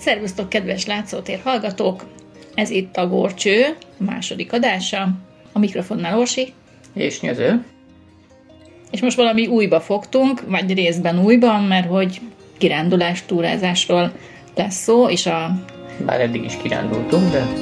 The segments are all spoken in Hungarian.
Szervusztok, kedves Látszótér hallgatók! Ez itt a Górcső, a második adása. A mikrofonnál Orsi. És Nyöző. És most valami újba fogtunk, vagy részben újban, mert hogy kirándulás, túrázásról lesz szó, és Bár eddig is kirándultunk, de...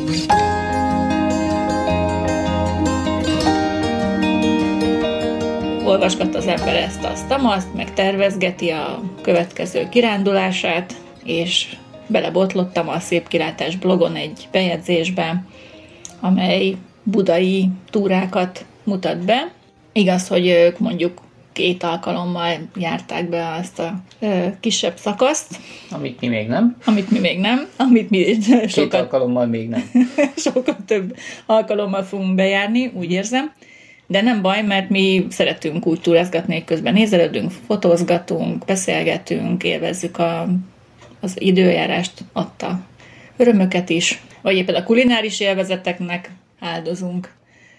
olvasgat az ember ezt-azt, meg tervezgeti a következő kirándulását, és belebotlottam a Szép Kilátás blogon egy bejegyzésbe, amely budai túrákat mutat be. Igaz, hogy ők mondjuk 2 alkalommal járták be azt a kisebb szakaszt. Amit mi még nem. Amit mi sokkal, 2 alkalommal még nem. Sokkal több alkalommal fogunk bejárni, úgy érzem. De nem baj, mert mi szeretünk úgy túrázgatni, közben nézelődünk, fotózgatunk, beszélgetünk, élvezzük az időjárást, adta örömöket is, vagy éppen a kulináris élvezeteknek áldozunk.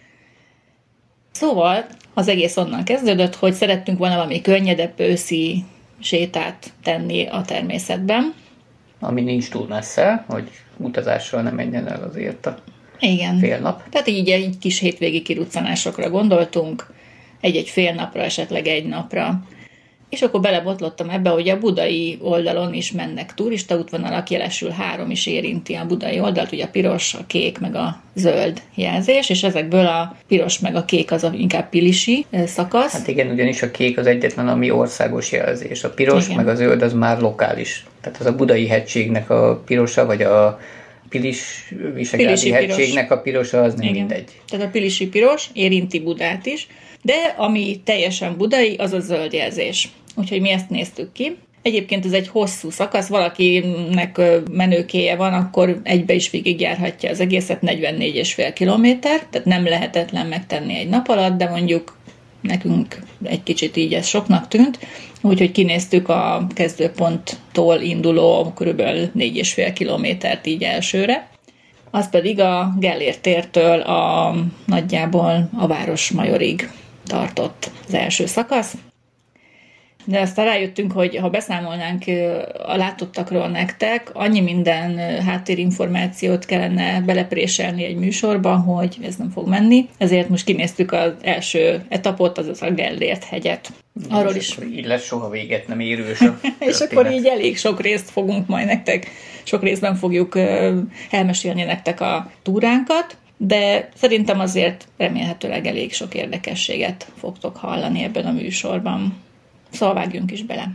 Szóval az egész onnan kezdődött, hogy szerettünk volna valami könnyedebb őszi sétát tenni a természetben. Ami nincs túl messze, hogy utazással nem menjen el azért a igen. Fél nap. Tehát így kis hétvégi kiruccanásokra gondoltunk, egy fél napra, esetleg 1 napra. És akkor belebotlottam ebbe, hogy a budai oldalon is mennek turistaútvonalak, jelesül 3 is érinti a budai oldalt, ugye a piros, a kék, meg a zöld jelzés, és ezekből a piros meg a kék az inkább pilisi szakasz. Hát igen, ugyanis a kék az egyetlen, ami országos jelzés. A piros igen. Meg a zöld az már lokális. Tehát az a budai hegységnek a pirosa, vagy a Pilis-Visegrádi hegységnek a pirosa, az nem igen. Mindegy. Tehát a pilisi piros érinti Budát is, de ami teljesen budai, az a zöld jelzés. Úgyhogy mi ezt néztük ki. Egyébként ez egy hosszú szakasz, valakinek menőkéje van, akkor egybe is végigjárhatja az egészet, 44,5 kilométer, tehát nem lehetetlen megtenni egy nap alatt, de mondjuk nekünk egy kicsit így ez soknak tűnt, úgyhogy kinéztük a kezdőponttól induló kb. 4,5 kilométert így elsőre. Az pedig a Gellért tértől nagyjából a Városmajorig tartott az első szakasz. De aztán rájöttünk, hogy ha beszámolnánk a látottakról nektek, annyi minden háttérinformációt kellene belepréselni egy műsorba, hogy ez nem fog menni. Ezért most kinéztük az első etapot, azaz a Gellért hegyet. Arról is. Így lesz soha véget nem érős a és akkor így elég sok részt fogunk majd nektek, sok részben fogjuk elmesélni nektek a túránkat, de szerintem azért remélhetőleg elég sok érdekességet fogtok hallani ebben a műsorban. Szóval vágjunk is bele.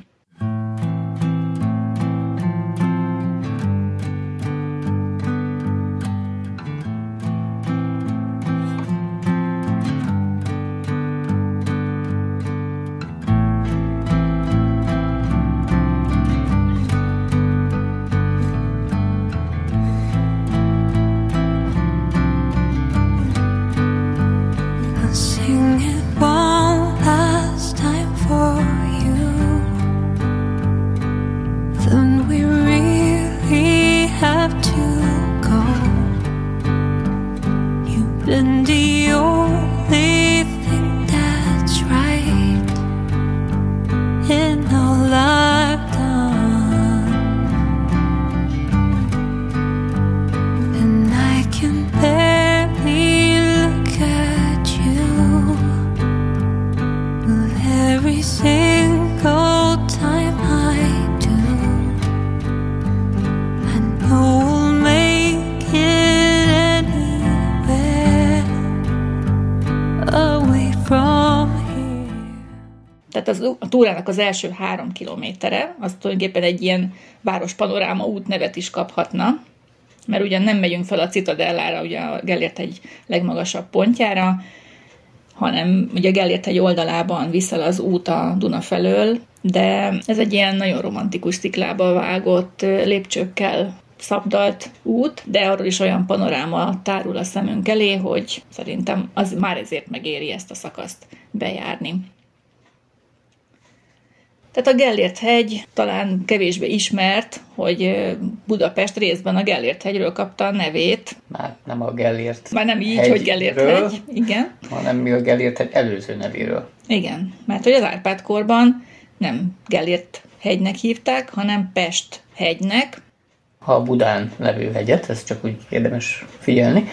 Tehát a túrának az első 3 kilométere, az tulajdonképpen egy ilyen várospanoráma út nevet is kaphatna, mert ugyan nem megyünk fel a Citadellára, ugye a Gellért hegy legmagasabb pontjára, hanem ugye a Gellért hegy oldalában viszel az út a Duna felől, de ez egy ilyen nagyon romantikus sziklába vágott, lépcsőkkel szabdalt út, de arról is olyan panoráma tárul a szemünk elé, hogy szerintem az már ezért megéri ezt a szakaszt bejárni. Tehát a Gellért hegy talán kevésbé ismert, hogy Budapest részben a Gellért hegyről kapta a nevét. Már nem a Gellért Már nem így, hogy Gellért hegy, igen. Hanem mi a Gellért hegy előző nevéről. Igen, mert hogy az Árpád-korban nem Gellért hegynek hívták, hanem Pest hegynek, a Budán levő hegyet, ez csak úgy érdemes figyelni.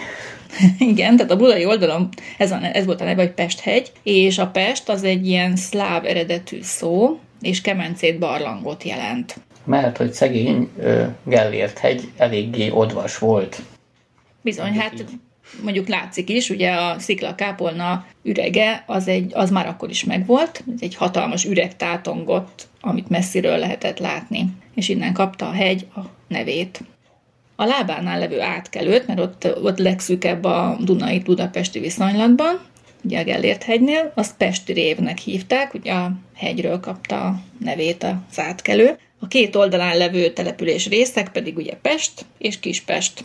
Igen, tehát a budai oldalon ez volt a neve, hogy Pesthegy, és a Pest az egy ilyen szláv eredetű szó, és kemencét, barlangot jelent. Mert hogy szegény Gellért hegy eléggé odvas volt. Bizony, hát mondjuk látszik is, ugye a sziklakápolna ürege az már akkor is megvolt, egy hatalmas üreg tátongott, amit messziről lehetett látni, és innen kapta a hegy a nevét. A lábánál levő átkelőt, mert ott legszűkebb a Dunai-budapesti viszonylatban, ugye a Gellért hegynél, azt Pesti révnek hívták, ugye a hegyről kapta a nevét az átkelő. A két oldalán levő település részek pedig ugye Pest és Kispest.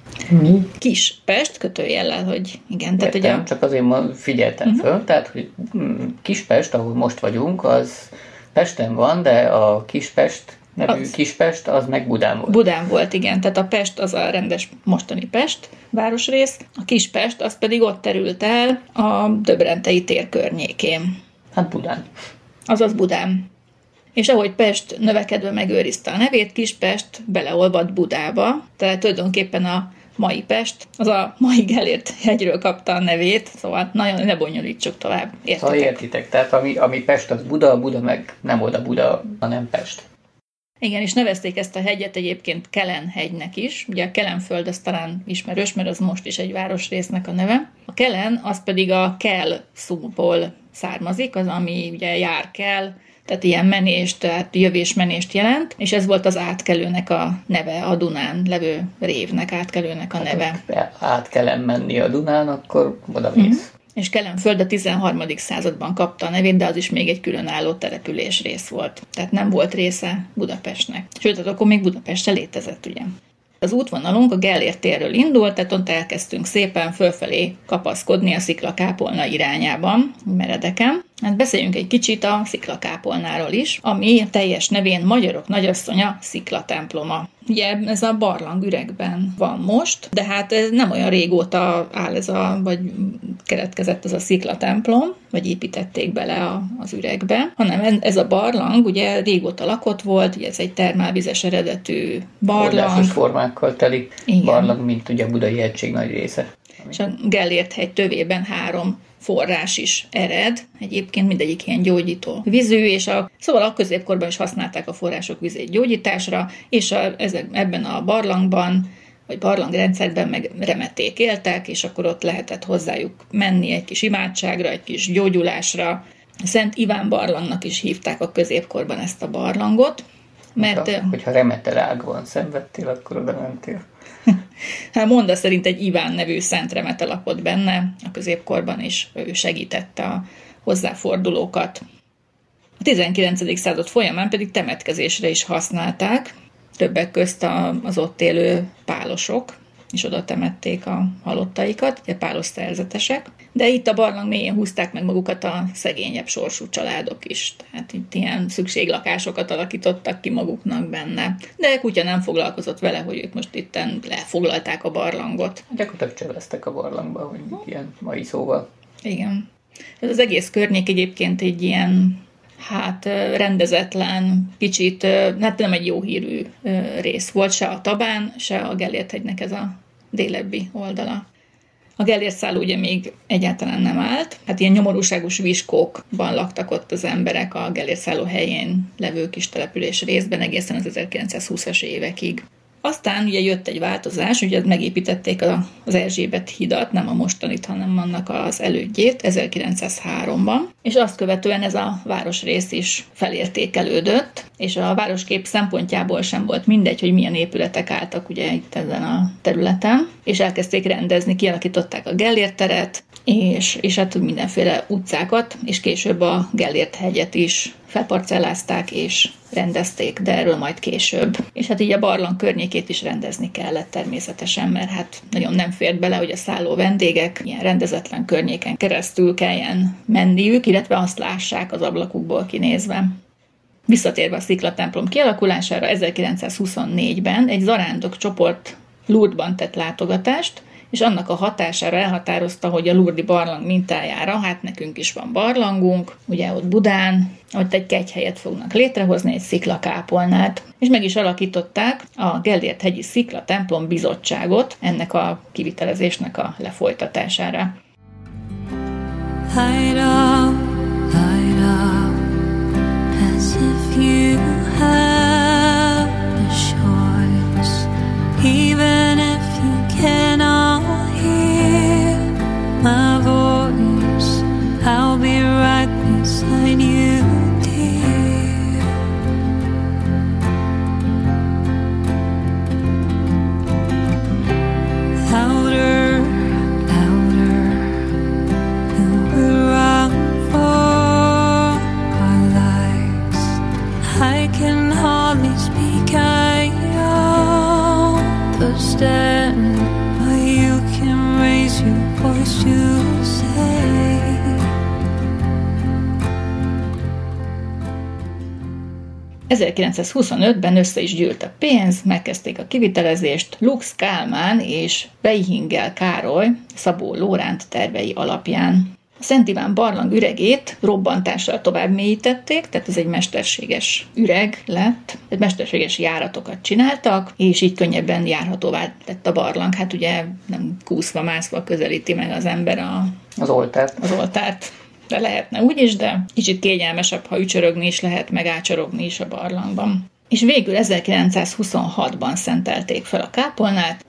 Mi? Kispest, kötőjellel, hogy igen. Tehát, ugye, csak azért figyeltem föl, tehát hogy Kispest, ahol most vagyunk, az Pesten van, de a Kispest nevű Kispest, az meg Budán volt. Budán volt, igen. Tehát a Pest az a rendes mostani Pest városrész, a Kispest az pedig ott terült el a Döbrentei tér környékén. Hát Budán. Azaz Budán. És ahogy Pest növekedve megőrizte a nevét, Kispest beleolvadt Budába, tehát tulajdonképpen a mai Pest, az a mai Gellért hegyről kapta a nevét, szóval nagyon ne bonyolítsuk tovább. Értitek? Szóval értitek, tehát ami Pest, az Buda, Buda meg nem oda Buda, hanem Pest. Igen, és nevezték ezt a hegyet egyébként Kelen-hegynek is. Ugye a Kelenföld az talán ismerős, mert az most is egy városrésznek a neve. A Kelen az pedig a kell szóból származik, az ami ugye jár kell, tehát ilyen menést, tehát jövés-menést jelent, és ez volt az átkelőnek a neve, a Dunán levő révnek átkelőnek a neve. Át kell menni a Dunán, akkor oda mész. És Kelenföld a 13. században kapta a nevét, de az is még egy különálló település rész volt. Tehát nem volt része Budapestnek. Sőt, akkor még Budapest se létezett, ugye. Az útvonalunk a Gellért térről indult, tehát ott elkezdtünk szépen fölfelé kapaszkodni a sziklakápolna irányában, meredeken. Hát beszéljünk egy kicsit a sziklakápolnáról is, ami teljes nevén Magyarok Nagyasszonya sziklatemploma. Ugye ez a barlang üregben van most, de hát ez nem olyan régóta áll vagy keletkezett ez a sziklatemplom, vagy építették bele az üregbe, hanem ez a barlang ugye régóta lakott volt, ugye ez egy termálvizes eredetű barlang. Fordásos formákkal teli barlang, mint ugye a Budai hegység nagy része. És a Gellért hegy tövében 3 forrás is ered, egyébként mindegyik ilyen gyógyító vízű, és szóval a középkorban is használták a források vizét gyógyításra, és ebben a barlangban, vagy barlangrendszerben meg remeték éltek, és akkor ott lehetett hozzájuk menni egy kis imádságra, egy kis gyógyulásra. Szent Iván barlangnak is hívták a középkorban ezt a barlangot. Mert, hogyha remetelágban szenvedtél, akkor oda mentél. Hát Monda szerint egy Iván nevű szent remete lakott benne a középkorban, és ő segítette a hozzáfordulókat. A 19. század folyamán pedig temetkezésre is használták, többek közt az ott élő pálosok, és oda temették a halottaikat, ugye pálos szerzetesek. De itt a barlang mélyén húzták meg magukat a szegényebb sorsú családok is. Tehát itt ilyen szükséglakásokat alakítottak ki maguknak benne. De kutya nem foglalkozott vele, hogy ők most itten lefoglalták a barlangot. Gyakorlatilag csöveztek a barlangba, hogy ilyen mai szóval. Igen. Ez az egész környék egyébként egy ilyen rendezetlen, kicsit, nem egy jó hírű rész volt, se a Tabán, se a Gellért hegynek ez a délebbi oldala. A Gellért szálló ugye még egyáltalán nem állt, hát ilyen nyomorúságos viskókban laktak ott az emberek a Gellért szálló helyén levő kis település részben egészen az 1920-as évekig. Aztán ugye jött egy változás, ugye megépítették az Erzsébet hidat, nem a mostanit, hanem annak az elődjét 1903-ban, és azt követően ez a városrész is felértékelődött, és a városkép szempontjából sem volt mindegy, hogy milyen épületek álltak ugye itt ezen a területen, és elkezdték rendezni, kialakították a Gellért teret, és hát mindenféle utcákat, és később a Gellért hegyet is felparcellázták és rendezték, de erről majd később. És hát így a barlang környékét is rendezni kellett természetesen, mert hát nagyon nem fért bele, hogy a szálló vendégek ilyen rendezetlen környéken keresztül kelljen menniük, illetve azt lássák az ablakukból kinézve. Visszatérve a sziklatemplom kialakulására, 1924-ben egy zarándok csoport Lourdesban tett látogatást, és annak a hatására elhatározta, hogy a Lourdes barlang mintájára, hát nekünk is van barlangunk, ugye ott Budán, ott egy kegyhelyet fognak létrehozni, egy sziklakápolnát, és meg is alakították a Gellért-hegyi Szikla Templom Bizottságot ennek a kivitelezésnek a lefolytatására. Light up, as if you have a choice, even if you cannot hear my voice, I'll be right beside you, dear. Louder, louder, and we'll run for our lives. I can hardly speak, I understand, but you can raise your voice to say. 1925-ben össze is gyűlt a pénz, megkezdték a kivitelezést Lux Kálmán és Weihingel Károly, Szabó Lóránt tervei alapján. A Szent Iván barlang üregét robbantással tovább mélyítették, tehát ez egy mesterséges üreg lett, tehát mesterséges járatokat csináltak, és így könnyebben járhatóvá lett a barlang. Hát ugye nem kúszva-mászva közelíti meg az ember az oltárt. De lehetne úgy is, de kicsit kényelmesebb, ha ücsörögni is lehet, meg ácsorogni is a barlangban. És végül 1926-ban szentelték fel a kápolnát,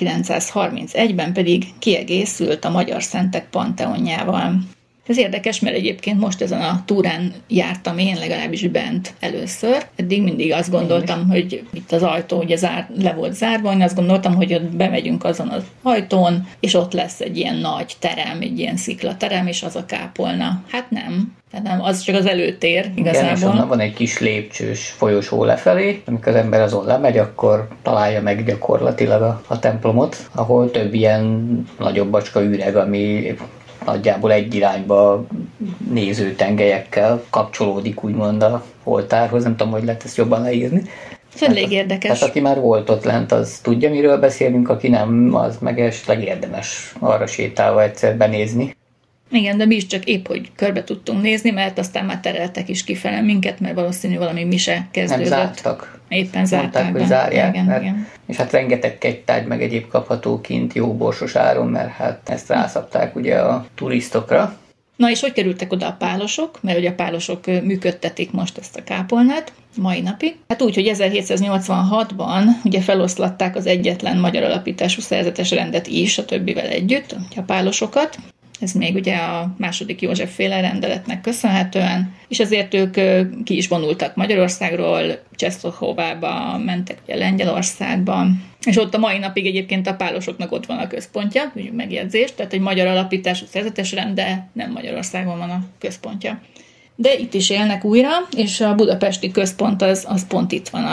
1931-ben pedig kiegészült a Magyar Szentek panteonjával. Ez érdekes, mert egyébként most ezen a túrán jártam én legalábbis bent először. Eddig mindig azt gondoltam, hogy itt az ajtó ugye le volt zárva, én azt gondoltam, hogy ott bemegyünk azon az ajtón, és ott lesz egy ilyen nagy terem, egy ilyen sziklaterem, és az a kápolna. Hát nem. Nem, az csak az előtér igazából. Igen, és onnan van egy kis lépcsős folyosó lefelé, amikor az ember azon lemegy, akkor találja meg gyakorlatilag a templomot, ahol több ilyen nagyobb bacska üreg, ami nagyjából egy irányba néző tengelyekkel kapcsolódik úgymond a oltárhoz, nem tudom, hogy lehet ezt jobban leírni. Ez elég érdekes. Tehát aki már volt ott lent, az tudja, miről beszélünk, aki nem, az meg esetleg érdemes arra sétálva egyszer benézni. Igen, de mi is csak épp, hogy körbe tudtunk nézni, mert aztán már tereltek is kifele minket, mert valószínű valami mise kezdődött. Nem zártak. Éppen zárták. Mondták, hogy zárják. Igen, mert, igen. És hát rengeteg kegytárgy meg egyéb kapható kint jó borsos áron, mert hát ezt rászabták ugye a turisztokra. Na és hogy kerültek oda a pálosok? Mert ugye a pálosok működtetik most ezt a kápolnát mai napig. Hát úgy, hogy 1786-ban ugye feloszlatták az egyetlen magyar alapítású szerzetes rendet is a többivel együtt, a pálosokat. Ez még ugye a második József-féle rendeletnek köszönhetően, és ezért ők ki is vonultak Magyarországról, Csehszlovákiába mentek ugye Lengyelországba, és ott a mai napig egyébként a pálosoknak ott van a központja, úgy megjegyzés, tehát egy magyar alapítású szerzetes rend, de nem Magyarországon van a központja. De itt is élnek újra, és a budapesti központ az pont itt van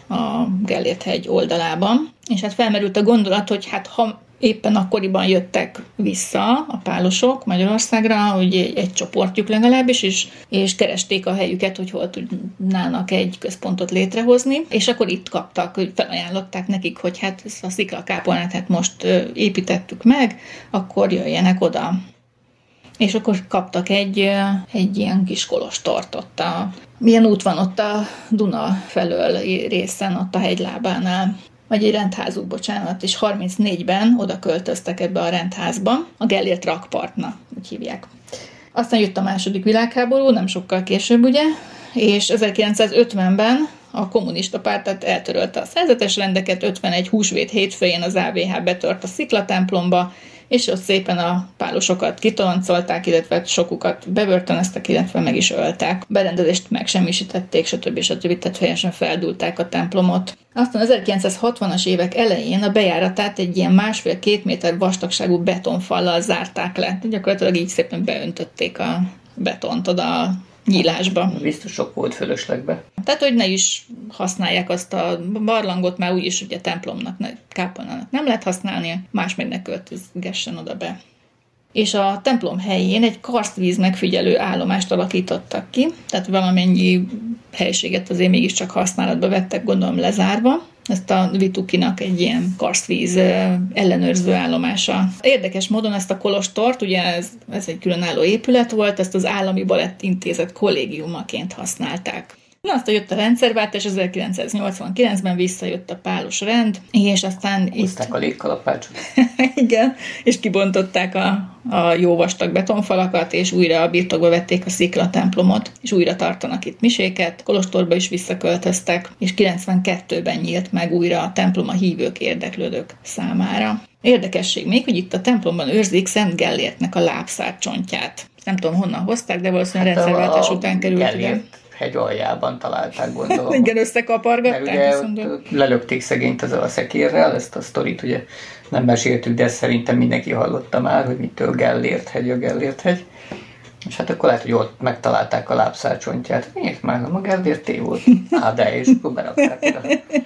a Gellért-hegy oldalában, és hát felmerült a gondolat, hogy hát ha éppen akkoriban jöttek vissza a pálosok Magyarországra, hogy egy csoportjuk legalábbis, és keresték a helyüket, hogy hol tudnának egy központot létrehozni, és akkor itt kaptak, hogy felajánlották nekik, hogy hát ezt a sziklakápolnát hát most építettük meg, akkor jöjjenek oda. És akkor kaptak egy ilyen kis kolostort ott. Milyen út van ott a Duna felől részen, ott a hegylábánál, vagy egy rendházuk, bocsánat, és 34-ben oda költöztek ebbe a rendházba, a Gellért rakpartna, úgy hívják. Aztán jött a második világháború, nem sokkal később, ugye, és 1950-ben a kommunista párt eltörölte a szerzetes rendeket, 51 húsvét hétfőjén az AVH betört a sziklatemplomba, és ott szépen a pálosokat kitoloncolták, illetve sokukat bebörtönöztek, illetve meg is öltek. Berendezést megsemmisítették, stb. Tehát teljesen feldúlták a templomot. Aztán 1960-as évek elején a bejáratát egy ilyen 1,5-2 méter vastagságú betonfallal zárták le. Gyakorlatilag így szépen beöntötték a betont oda a nyílásba. Biztos sok volt fölöslegbe. Tehát, hogy ne is használják azt a barlangot, már úgyis ugye templomnak, kápolnának nem lehet használni, más meg ne költözgessen oda be. És a templom helyén egy karsztvíz megfigyelő állomást alakítottak ki, tehát valamennyi helységet azért mégiscsak használatba vettek, gondolom lezárva, ezt a Vitukinak egy ilyen karsztvíz ellenőrző állomása. Érdekes módon ezt a kolostort, ugye ez egy különálló épület volt, ezt az Állami Balett Intézet kollégiumaként használták. Na, aztán jött a rendszerváltás, 1989-ben visszajött a pálos rend, és aztán húzták a légkalapácsot. Igen, és kibontották a jó vastag betonfalakat, és újra a birtokba vették a sziklatemplomot, és újra tartanak itt miséket, kolostorba is visszaköltöztek, és 92-ben nyílt meg újra a templom a hívők, érdeklődők számára. Érdekesség még, hogy itt a templomban őrzik Szent Gellértnek a lábszárcsontját. Nem tudom, honnan hozták, de valószínűleg rendszerváltás után került ide. Hegy aljában találták, gondolom. Igen, összekapargatták. Lelökték szegényt azzal a szekérrel, ezt a sztorit ugye nem meséltük, de szerintem mindenki hallotta már, hogy mitől Gellért hegy a Gellért hegy. És hát akkor lehet, hogy ott megtalálták a lábszárcsontját. Miért már nem a Gellérté volt? De és akkor berakták oda.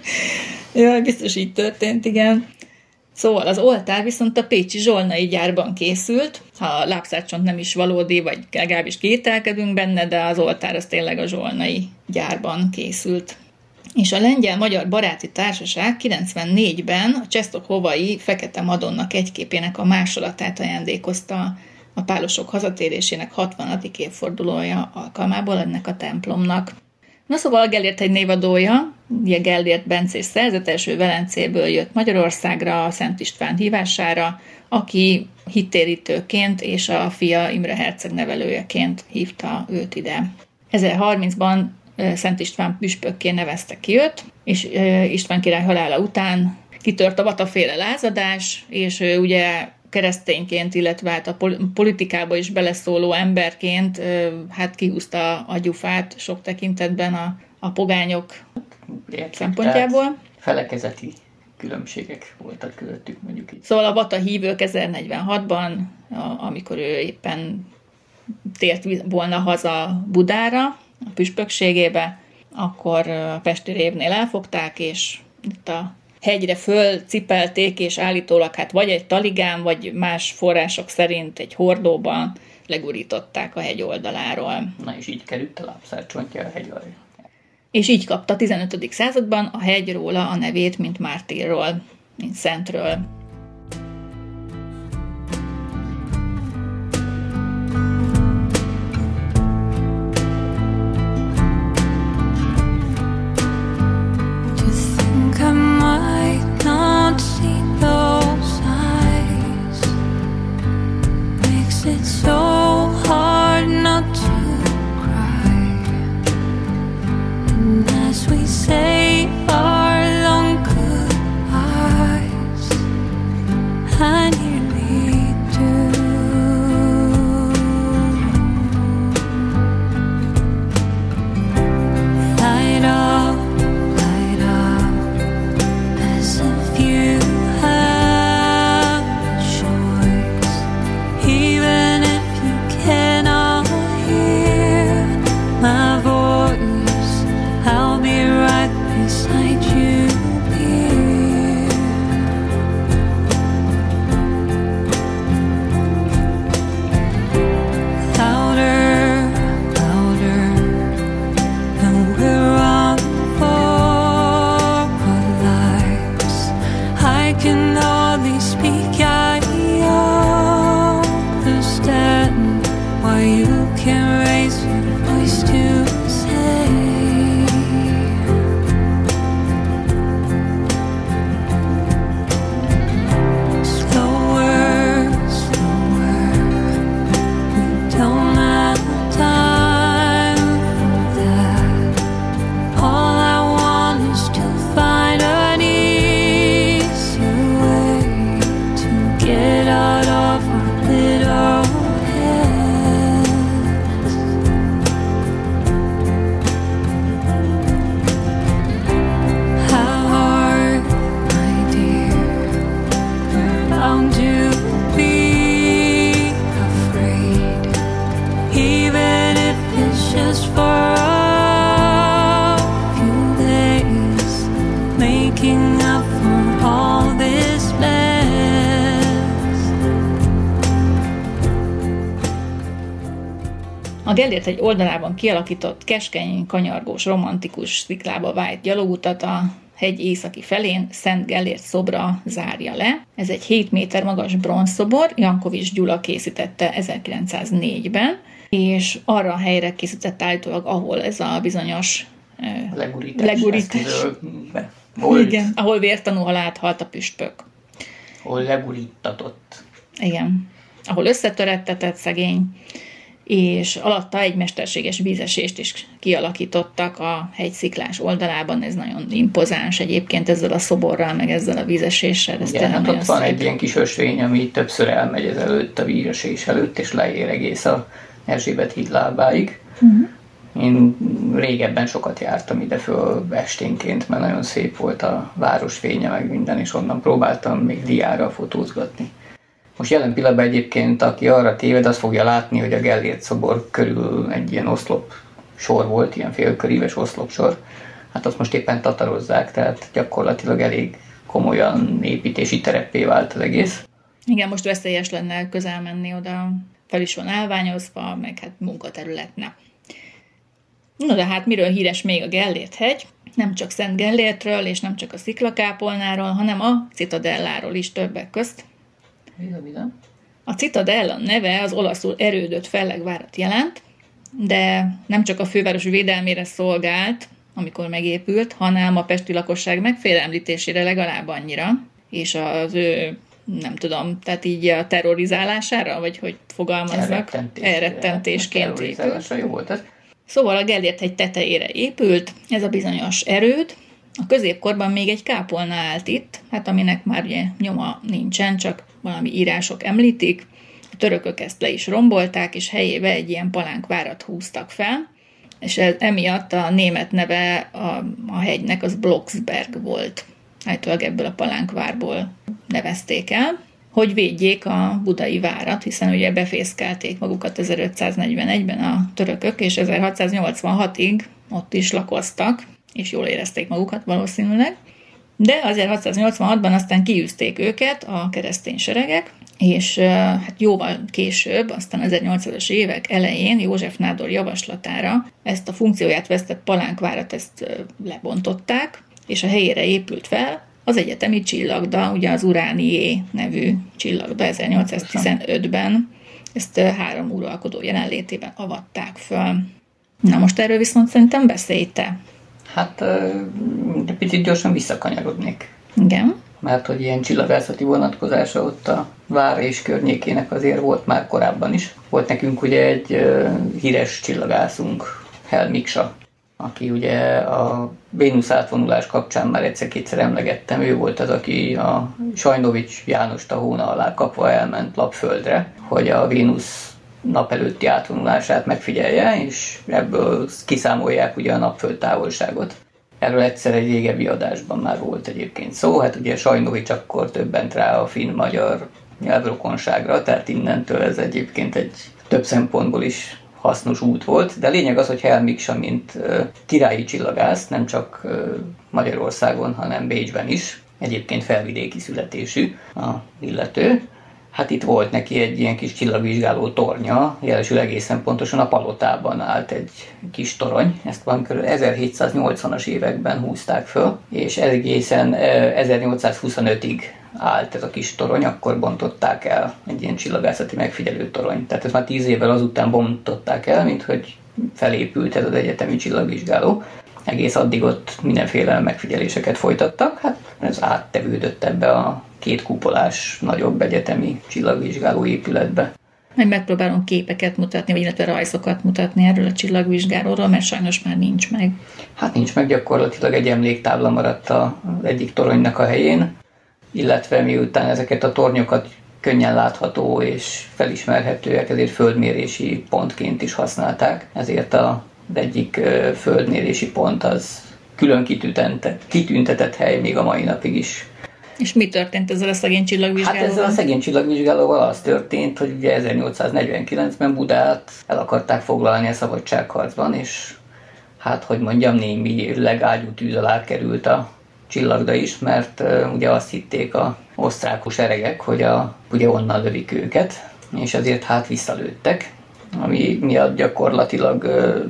Ja, biztos így történt, igen. Szóval az oltár viszont a pécsi zsolnai gyárban készült, ha a lábszárcsont nem is valódi, vagy legalábbis kételkedünk benne, de az oltár az tényleg a zsolnai gyárban készült. És a Lengyel-Magyar Baráti Társaság 94-ben a Czestochowai Fekete Madonna kegyképének a másolatát ajándékozta a pálosok hazatérésének 60. évfordulója alkalmából ennek a templomnak. Na szóval a Gellért hegy névadója, ugye Gellért bencés szerzetes, ő Velencéből jött Magyarországra, Szent István hívására, aki hittérítőként és a fia Imre herceg nevelőjeként hívta őt ide. 1030-ban Szent István püspökké nevezte ki őt, és István király halála után kitört a vataféle lázadás, és ő ugye keresztényként, illetve hát a politikába is beleszóló emberként hát kihúzta a gyufát sok tekintetben a pogányok szempontjából. Felekezeti különbségek voltak közöttük, mondjuk így. Szóval a vata hívők 1046-ban, amikor ő éppen tért volna haza Budára, a püspökségébe, akkor a pesti révnél elfogták, és itt a hegyre fölcipelték, és állítólag hát vagy egy taligán, vagy más források szerint egy hordóban legurították a hegy oldaláról. Na és így került a lábszárcsontja a hegy alá. És így kapta a 15. században a hegy róla a nevét, mint mártírról, mint szentről. A Gellért egy oldalában kialakított keskeny, kanyargós, romantikus sziklába vájt gyalogutat a hegy északi felén Szent Gellért szobra zárja le. Ez egy 7 méter magas bronzszobor, Jankovics Gyula készítette 1904-ben, és arra a helyre készített állítólag, ahol ez a bizonyos legurítás volt. Igen, ahol vértanú halált halt a püspök. Ahol legurítatott. Igen, ahol összetörettetett szegény, és alatta egy mesterséges vízesést is kialakítottak a hegysziklás oldalában. Ez nagyon impozáns egyébként ezzel a szoborral, meg ezzel a vízeséssel. Igen, hát ott van egy ilyen kis ösvény, ami többször elmegy ezelőtt a vízesés előtt, és leér egész a Erzsébet híd lábáig. Én régebben sokat jártam ide föl esténként, mert nagyon szép volt a városfénye, meg minden, és onnan próbáltam még diára fotózgatni. Most jelen pillanatban egyébként, aki arra téved, az fogja látni, hogy a Gellért szobor körül egy ilyen oszlop sor volt, ilyen félköríves oszlopsor. Hát azt most éppen tatarozzák, tehát gyakorlatilag elég komolyan építési tereppé vált az egész. Igen, most veszélyes lenne közel menni oda, fel is van állványozva, meg hát munkaterületne. No, de hát miről híres még a Gellért-hegy? Nem csak Szent Gellértről, és nem csak a sziklakápolnáról, hanem a Citadelláról is többek közt. Bizony. A Citadella neve az olaszul erődött fellegvárat jelent, de nem csak a főváros védelmére szolgált, amikor megépült, hanem a pesti lakosság megfélemlítésére legalább annyira, és az ő, nem tudom, tehát így a terrorizálására, vagy hogy fogalmazzak, elrettentésként épült. Jó volt ez. Szóval a Gellért-hegy tetejére épült, ez a bizonyos erőd. A középkorban még egy kápolna állt itt, hát aminek már ugye nyoma nincsen, csak valami írások említik. A törökök ezt le is rombolták, és helyébe egy ilyen palánkvárat húztak fel, és emiatt a német neve a hegynek az Blocksberg volt. Általában ebből a palánkvárból nevezték el, hogy védjék a budai várat, hiszen ugye befészkelték magukat 1541-ben a törökök, és 1686-ig ott is lakoztak, és jól érezték magukat valószínűleg. De 1686-ban aztán kiűzték őket a keresztény seregek, és hát jóval később, aztán 1800-as évek elején József nádor javaslatára ezt a funkcióját vesztett palánkvárat ezt lebontották, és a helyére épült fel az egyetemi csillagda, ugye az Uránié nevű csillagda 1815-ben. Ezt 3 uralkodó jelenlétében avatták föl. Na most erről viszont szerintem beszélj te. Hát picit gyorsan visszakanyarodnék. Igen. Mert hogy ilyen csillagászati vonatkozása ott a vár és környékének azért volt már korábban is. Volt nekünk ugye egy híres csillagászunk, Hell Miksa, aki ugye a Vénusz átvonulás kapcsán már egyszer-kétszer emlegettem. Ő volt az, aki a Sajnovics Jánost a hóna alá kapva elment Lapföldre, hogy a Vénusz nap előtti átvonulását megfigyelje, és ebből kiszámolják ugye a napföld távolságot. Erről egyszer egy régebbi adásban már volt egyébként szó, hát ugye Sajnovics akkor többent rá a finn-magyar nyelvrokonságra, tehát innentől ez egyébként egy több szempontból is hasznos út volt, de a lényeg az, hogy Hell Miksa, mint királyi csillagász, nem csak Magyarországon, hanem Bécsben is, egyébként felvidéki születésű a illető. Hát itt volt neki egy ilyen kis csillagvizsgáló tornya, jelesül egészen pontosan a palotában állt egy kis torony, ezt van kb. 1780-as években húzták föl, és egészen 1825-ig állt ez a kis torony, akkor bontották el, egy ilyen csillagászati megfigyelő torony. Tehát ez már 10 évvel azután bontották el, mint hogy felépült ez az egyetemi csillagvizsgáló. Egész addig ott mindenféle megfigyeléseket folytattak, hát ez áttevődött ebbe a 2 kupolás nagyobb egyetemi csillagvizsgáló épületbe. Majd megpróbálom képeket mutatni, vagy illetve rajzokat mutatni erről a csillagvizsgálóról, mert sajnos már nincs meg. Hát nincs meg, gyakorlatilag egy emléktábla maradt az egyik toronynak a helyén, illetve miután ezeket a tornyokat könnyen látható és felismerhetőek, ezért földmérési pontként is használták, ezért az egyik földmérési pont az külön kitüntetett hely még a mai napig is. És mi történt ezzel a szegény csillagvizsgálóval? Hát ezzel a szegény csillagvizsgálóval az történt, hogy ugye 1849-ben Budát el akarták foglalni a szabadságharcban, és hát, hogy mondjam, némileg ágyútűz alá került a csillagda is, mert ugye azt hitték az osztrákos seregek, hogy ugye onnan lövik őket, és ezért hát visszalőttek, ami miatt gyakorlatilag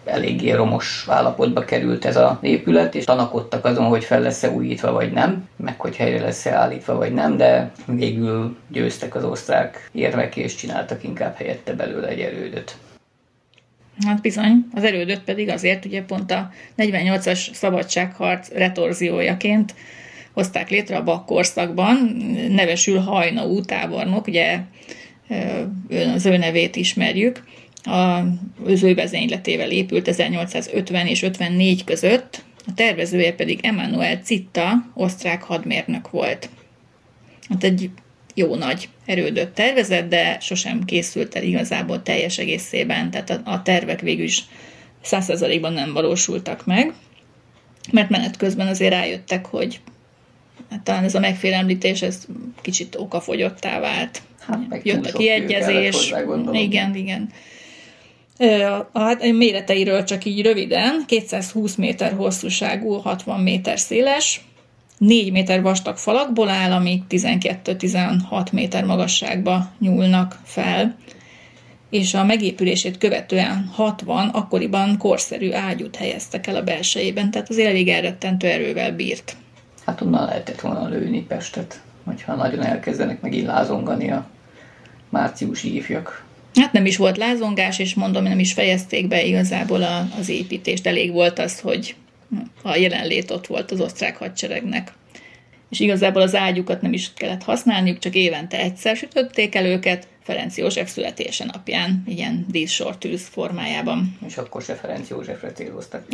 eléggé romos állapotba került ez az épület, és tanakodtak azon, hogy fel lesz-e újítva vagy nem, meg hogy helyre lesz-e állítva vagy nem, de végül győztek az osztrák érvek, és csináltak inkább helyette belőle egy erődöt. Hát bizony, az erődöt pedig azért ugye pont a 48-as szabadságharc retorziójaként hozták létre a bakkorszakban, nevesül Haynau tábornok, ugye az ő nevét ismerjük, az ő vezényletével épült 1850 és 54 között, a tervezője pedig Emanuel Zitta, osztrák hadmérnök volt. Hát egy jó nagy erődöt tervezett, de sosem készült el igazából teljes egészében, tehát a tervek végül is 100%-ban nem valósultak meg, mert menet közben azért rájöttek, hogy hát talán ez a megfélemlítés ez kicsit okafogyottá vált. Hát, jött a kiegyezés. Igen. A méreteiről csak így röviden, 220 méter hosszúságú, 60 méter széles, 4 méter vastag falakból áll, amik 12-16 méter magasságba nyúlnak fel, és a megépülését követően 60 akkoriban korszerű ágyút helyeztek el a belsejében, tehát az elég elrettentő erővel bírt. Hát onnan lehetett volna lőni Pestet, hogyha nagyon elkezdenek megint lázongani a márciusi ifjak. Hát nem is volt lázongás, és mondom, nem is fejezték be igazából az építést. Elég volt az, hogy a jelenlét ott volt az osztrák hadseregnek. És igazából az ágyukat nem is kellett használniuk, csak évente egyszer sütötték el őket, Ferenc József születése napján, ilyen díszsortűz formájában. És akkor se Ferenc Józsefre céloztak.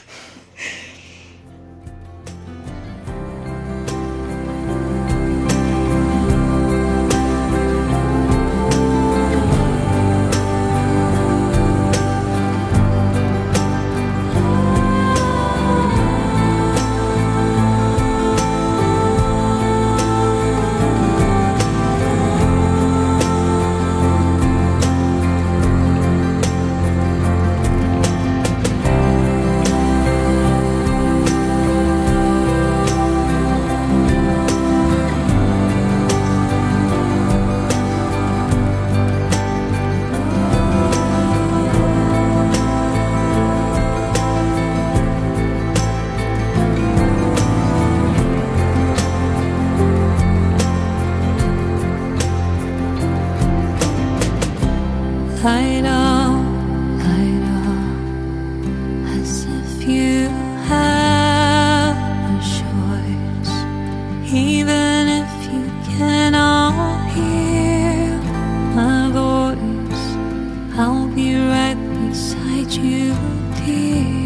Light up, as if you have a choice, even if you cannot hear my voice, I'll be right beside you, dear.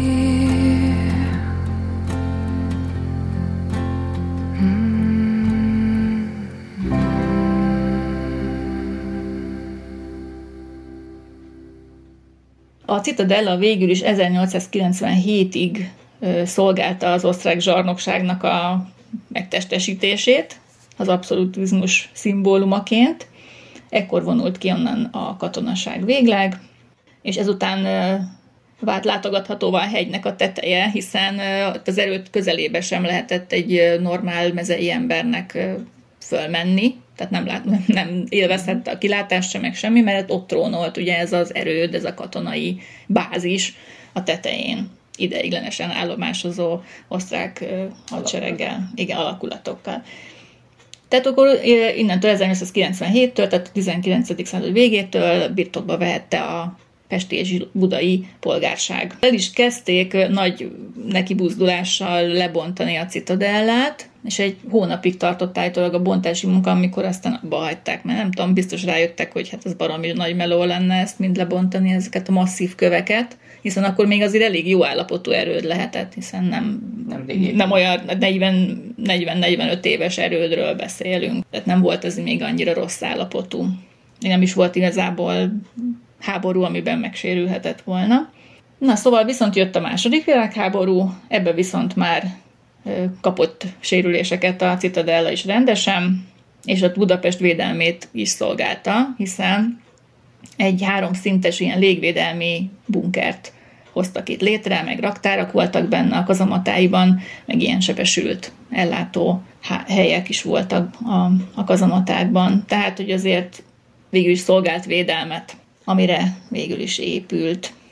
A Citadella végül is 1897-ig szolgálta az osztrák zsarnokságnak a megtestesítését, az abszolutizmus szimbólumaként. Ekkor vonult ki onnan a katonaság végleg, és ezután vált látogathatóvá a hegynek a teteje, hiszen az erőd közelébe sem lehetett egy normál mezei embernek fölmenni, tehát nem élvezhette a kilátást sem, meg semmi, mert ott trónolt ugye ez az erőd, ez a katonai bázis a tetején, ideiglenesen állomásozó osztrák hadsereggel, igen, alakulatokkal. Tehát akkor innentől 1897-től, tehát a 19. század végétől birtokba vehette a pesti és budai polgárság. El is kezdték nagy nekibuzdulással lebontani a Citadellát, és egy hónapig tartott állítólag a bontási munka, amikor aztán abba hagyták, mert nem tudom, biztos rájöttek, hogy hát ez baromi nagy meló lenne ezt mind lebontani, ezeket a masszív köveket, hiszen akkor még azért elég jó állapotú erőd lehetett, hiszen nem olyan 40-45 éves erődről beszélünk, tehát nem volt ez még annyira rossz állapotú. Nem is volt igazából háború, amiben megsérülhetett volna. Na, szóval viszont jött a második világháború, ebbe viszont már kapott sérüléseket a Citadella is rendesen, és a Budapest védelmét is szolgálta, hiszen egy 3 szintes ilyen légvédelmi bunkert hoztak itt létre, meg raktárak voltak benne a kazamatáiban, meg ilyen sebesült ellátó helyek is voltak a kazamatákban. Tehát, hogy azért végül is szolgált védelmet, amire végül is épült.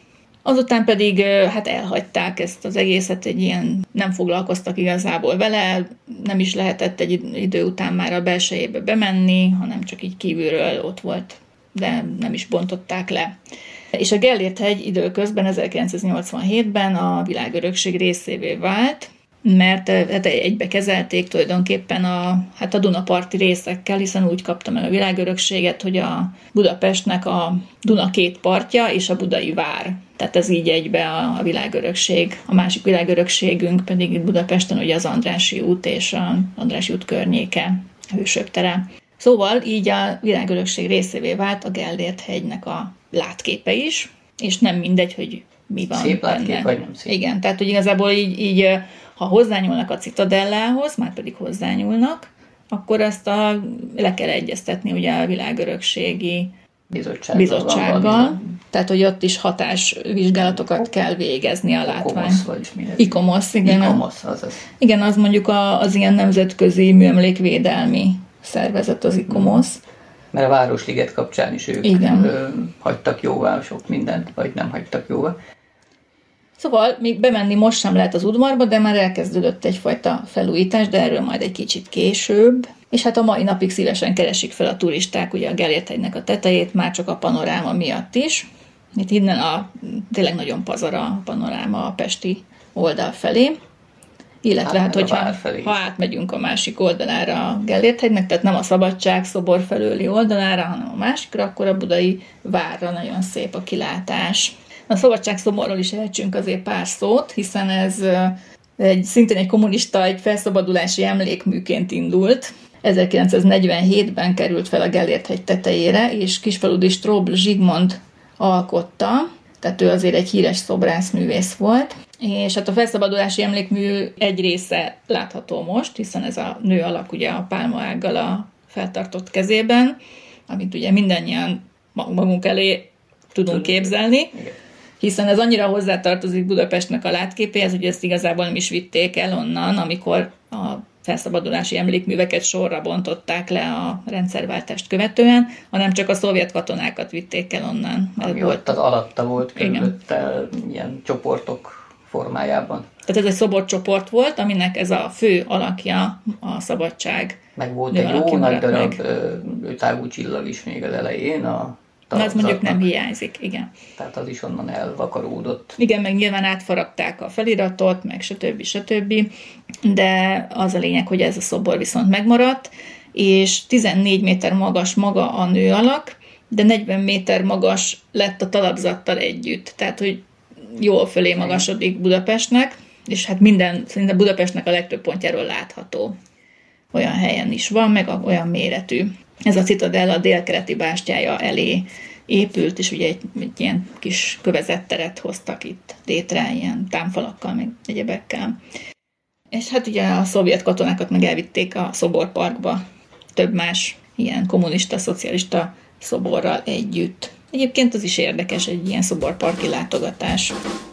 Azután pedig hát elhagyták ezt az egészet, nem foglalkoztak igazából vele, nem is lehetett egy idő után már a belsejébe bemenni, hanem csak így kívülről ott volt, de nem is bontották le. És a Gellért-hegy időközben 1987-ben a világörökség részévé vált, mert egybe kezelték tulajdonképpen a Dunaparti részekkel, hiszen úgy kapta meg a világörökséget, hogy a Budapestnek a Duna két partja és a budai vár. Tehát ez így egybe a világörökség. A másik világörökségünk pedig itt Budapesten ugye az Andrássy út és a Andrássy út környéke, a Hősök tere. Szóval így a világörökség részévé vált a Gellért-hegynek a látképe is, és nem mindegy, hogy mi van szép látkép, vagy nem szép. Igen, tehát hogy igazából így ha hozzányúlnak a Citadellához, már pedig hozzányúlnak, akkor ezt le kell egyeztetni ugye a világörökségi bizottsággal. Tehát, hogy ott is hatásvizsgálatokat kell végezni a látvány. ICOMOS, igen. ICOMOS, azaz. Igen, az mondjuk az ilyen nemzetközi műemlékvédelmi szervezet, az ICOMOS. Mert a Városliget kapcsán is ők hagytak jóvá sok mindent, vagy nem hagytak jóvá. Szóval még bemenni most sem lehet az udvarba, de már elkezdődött egyfajta felújítás, de erről majd egy kicsit később. És hát a mai napig szívesen keresik fel a turisták ugye a Gellért-hegynek a tetejét, már csak a panoráma miatt is. Itt innen tényleg nagyon pazar a panoráma a pesti oldal felé. Illetve hát hogyha átmegyünk a másik oldalára a Gellért-hegynek, tehát nem a Szabadságszobor felőli oldalára, hanem a másikra, akkor a budai várra nagyon szép a kilátás. A Szabadságszoborról is ejtsünk azért pár szót, hiszen ez szintén egy kommunista, egy felszabadulási emlékműként indult. 1947-ben került fel a Gellért-hegy tetejére, és Kisfaludy Strobl Zsigmond alkotta, tehát ő azért egy híres szobrászművész volt. És hát a felszabadulási emlékmű egy része látható most, hiszen ez a nő alak ugye a pálmaággal a feltartott kezében, amit ugye mindannyian magunk elé tudunk képzelni. Hiszen ez annyira hozzátartozik Budapestnek a látképéhez, hogy ezt igazából nem is vitték el onnan, amikor a felszabadulási emlékműveket sorra bontották le a rendszerváltást követően, hanem csak a szovjet katonákat vitték el onnan. Ami ott az alatta volt körülötte ilyen csoportok formájában. Tehát ez egy szoborcsoport volt, aminek ez a fő alakja a szabadság. Meg volt egy jó nagy darab ötágú csillag is még az elején, az mondjuk nem hiányzik, igen. Tehát az is onnan elvakaródott. Igen, meg nyilván átfaragták a feliratot, meg stb. De az a lényeg, hogy ez a szobor viszont megmaradt, és 14 méter magas maga a nő alak, de 40 méter magas lett a talapzattal együtt. Tehát, hogy jól fölé magasodik Budapestnek, és hát szinte Budapestnek a legtöbb pontjáról látható. Olyan helyen is van, meg olyan méretű. Ez a Citadella délkeleti bástyája elé épült, és ugye egy ilyen kis kövezett teret hoztak itt létre, ilyen támfalakkal, meg egyebekkel. És hát ugye a szovjet katonákat meg elvitték a szoborparkba, több más ilyen kommunista, szocialista szoborral együtt. Egyébként az is érdekes, egy ilyen szoborparki látogatás.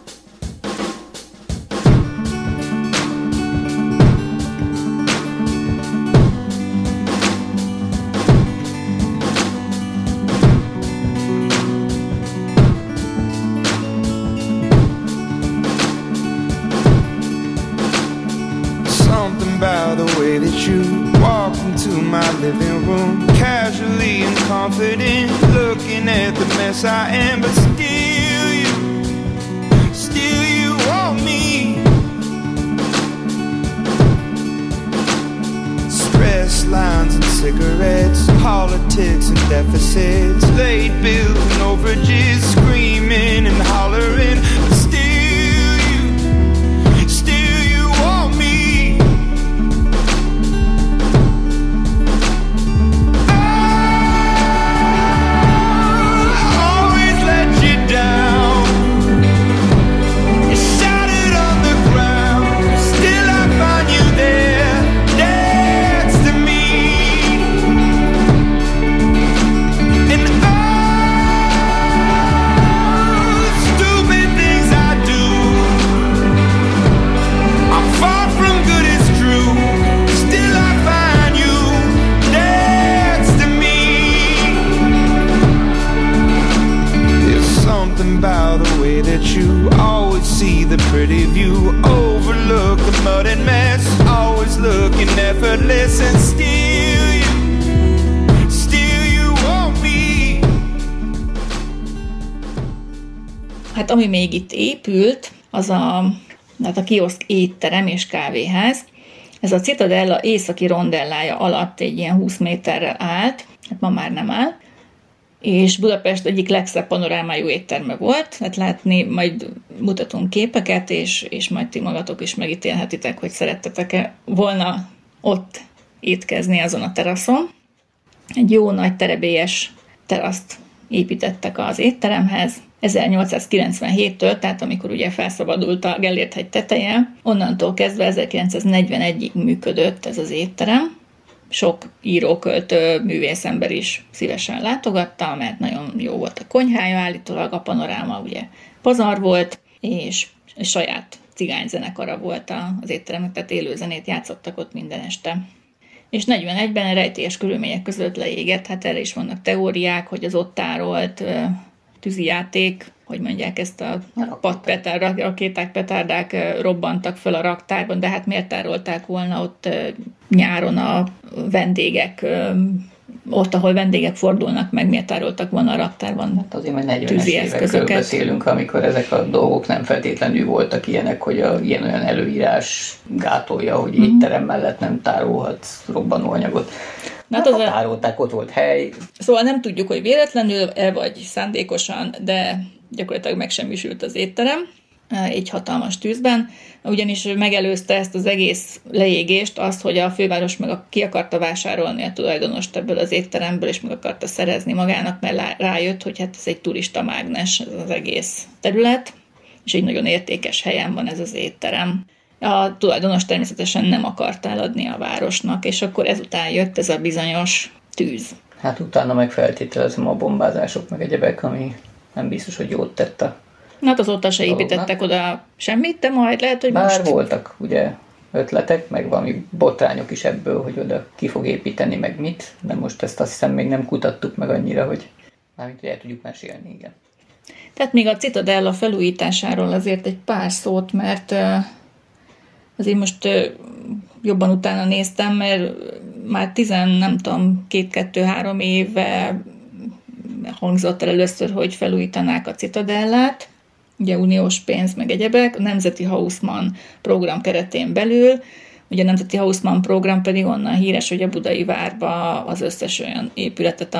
Living room, casually and confident, looking at the mess I am, but still you want me. Stress lines and cigarettes, politics and deficits, late bills and overages, screaming and hollering, but still you want me. Stupid that you always see the pretty view, overlook the mud and mess, always looking effortless, and still you want me. Hát ami még itt épült, az a kioszk étterem és kávéház. Ez a Citadella északi rondellája alatt egy ilyen 20 méterrel állt, hát ma már nem áll, és Budapest egyik legszebb panorámájú étterme volt, hát látni, majd mutatunk képeket, és majd ti magatok is megítélhetitek, hogy szerettetek-e volna ott étkezni azon a teraszon. Egy jó nagy terebélyes teraszt építettek az étteremhez, 1897-től, tehát amikor ugye felszabadult a Gellért-hegy teteje, onnantól kezdve 1941-ig működött ez az étterem. Sok író-költő, művészember is szívesen látogatta, mert nagyon jó volt a konyhája, állítólag a panoráma ugye pazar volt, és saját cigányzenekara volt az étteremnek, tehát élőzenét játszottak ott minden este. És 41-ben rejtélyes körülmények között leégett, hát erre is vannak teóriák, hogy az ott tárolt tűzijáték, hogy mondják ezt a rakéták, petárdák robbantak fel a raktárban, de hát miért tárolták volna ott nyáron a vendégek, ott, ahol vendégek fordulnak meg, miért tároltak volna a raktárban hát azért már 40-es évekről beszélünk, amikor ezek a dolgok nem feltétlenül voltak ilyenek, hogy ilyen-olyan előírás gátolja, hogy étterem mellett nem tárolhatsz robbanóanyagot. Hát tárolták, ott volt hely. Szóval nem tudjuk, hogy véletlenül vagy szándékosan, de gyakorlatilag megsemmisült az étterem egy hatalmas tűzben, ugyanis megelőzte ezt az egész leégést azt, hogy a főváros ki akarta vásárolni a tulajdonost ebből az étteremből, és meg akarta szerezni magának, mert rájött, hogy hát ez egy turista mágnes ez az egész terület, és egy nagyon értékes helyen van ez az étterem. A tulajdonos természetesen nem akart eladni a városnak, és akkor ezután jött ez a bizonyos tűz. Hát utána meg feltételezem a bombázások, meg egyebek, ami nem biztos, hogy jót tett a hát azóta se építettek oda semmit, de majd lehet, hogy bár most... voltak ugye ötletek, meg valami botrányok is ebből, hogy oda ki fog építeni, meg mit, de most ezt azt hiszem még nem kutattuk meg annyira, hogy mármint el tudjuk mesélni, igen. Tehát még a Citadella felújításáról azért egy pár szót, mert azért most jobban utána néztem, mert már 2-3 éve hangzott el először, hogy felújítanák a Citadellát, ugye uniós pénz meg egyebek, a Nemzeti Haussmann program keretén belül. Ugye a Nemzeti Haussmann program pedig onnan híres, hogy a Budai várba az összes olyan épületet,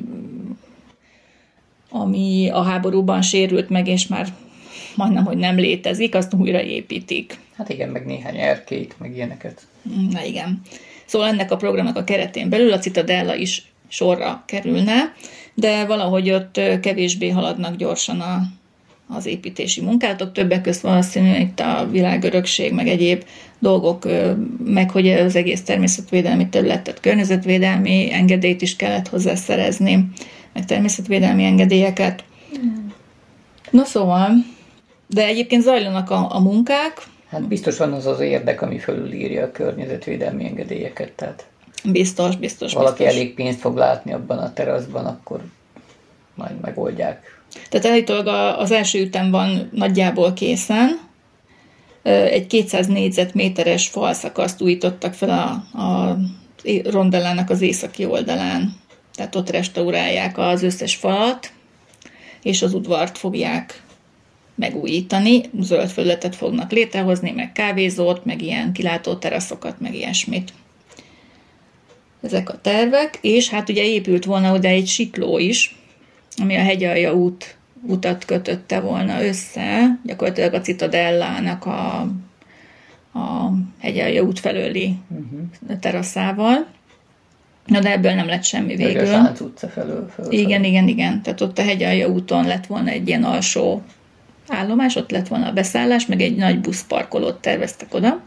ami a háborúban sérült meg, és már majdnem, hogy nem létezik, azt újraépítik. Hát igen, meg néhány erkélyt, meg ilyeneket. Na igen. Szóval ennek a programnak a keretén belül a Citadella is sorra kerülne, de valahogy ott kevésbé haladnak gyorsan az építési munkálatok, többek között valószínűleg itt a világörökség, meg egyéb dolgok, meg hogy az egész természetvédelmi területet, környezetvédelmi engedélyt is kellett hozzá szerezni, meg természetvédelmi engedélyeket. Na szóval, de egyébként zajlanak a munkák. Hát biztos van az érdek, ami fölülírja a környezetvédelmi engedélyeket, tehát Biztos. Valaki elég pénzt fog látni abban a teraszban, akkor majd megoldják. Tehát állítólag az első ütem van nagyjából készen. Egy 200 négyzetméteres falszakaszt újítottak fel a rondellának az északi oldalán. Tehát ott restaurálják az összes falat, és az udvart fogják megújítani. Zöld felületet fognak létrehozni, meg kávézót, meg ilyen kilátó teraszokat, meg ilyesmit. Ezek a tervek, és hát ugye épült volna oda egy sikló is, ami a hegyalja utat kötötte volna össze, gyakorlatilag a Citadellának a hegyalja út felőli teraszával. Na, de ebből nem lett semmi végül. A Sánc utca felől. Igen. Tehát ott a hegyalja úton lett volna egy ilyen alsó állomás, ott lett volna a beszállás, meg egy nagy buszparkolót terveztek oda.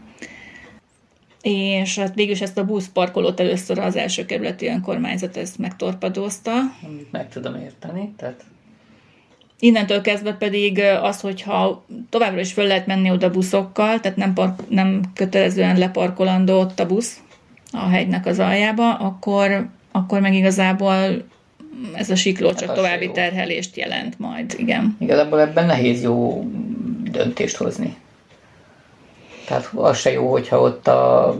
És hát végülis ezt a buszparkolót először az első kerületi önkormányzat ezt megtorpadózta. Meg tudom érteni, tehát... Innentől kezdve pedig az, hogyha továbbra is föl lehet menni oda buszokkal, tehát nem kötelezően leparkolandó ott a busz a hegynek az aljába, akkor meg igazából ez a sikló csak további terhelést jelent majd, igen. Igazából ebben nehéz jó döntést hozni. Tehát az se jó, hogyha ott a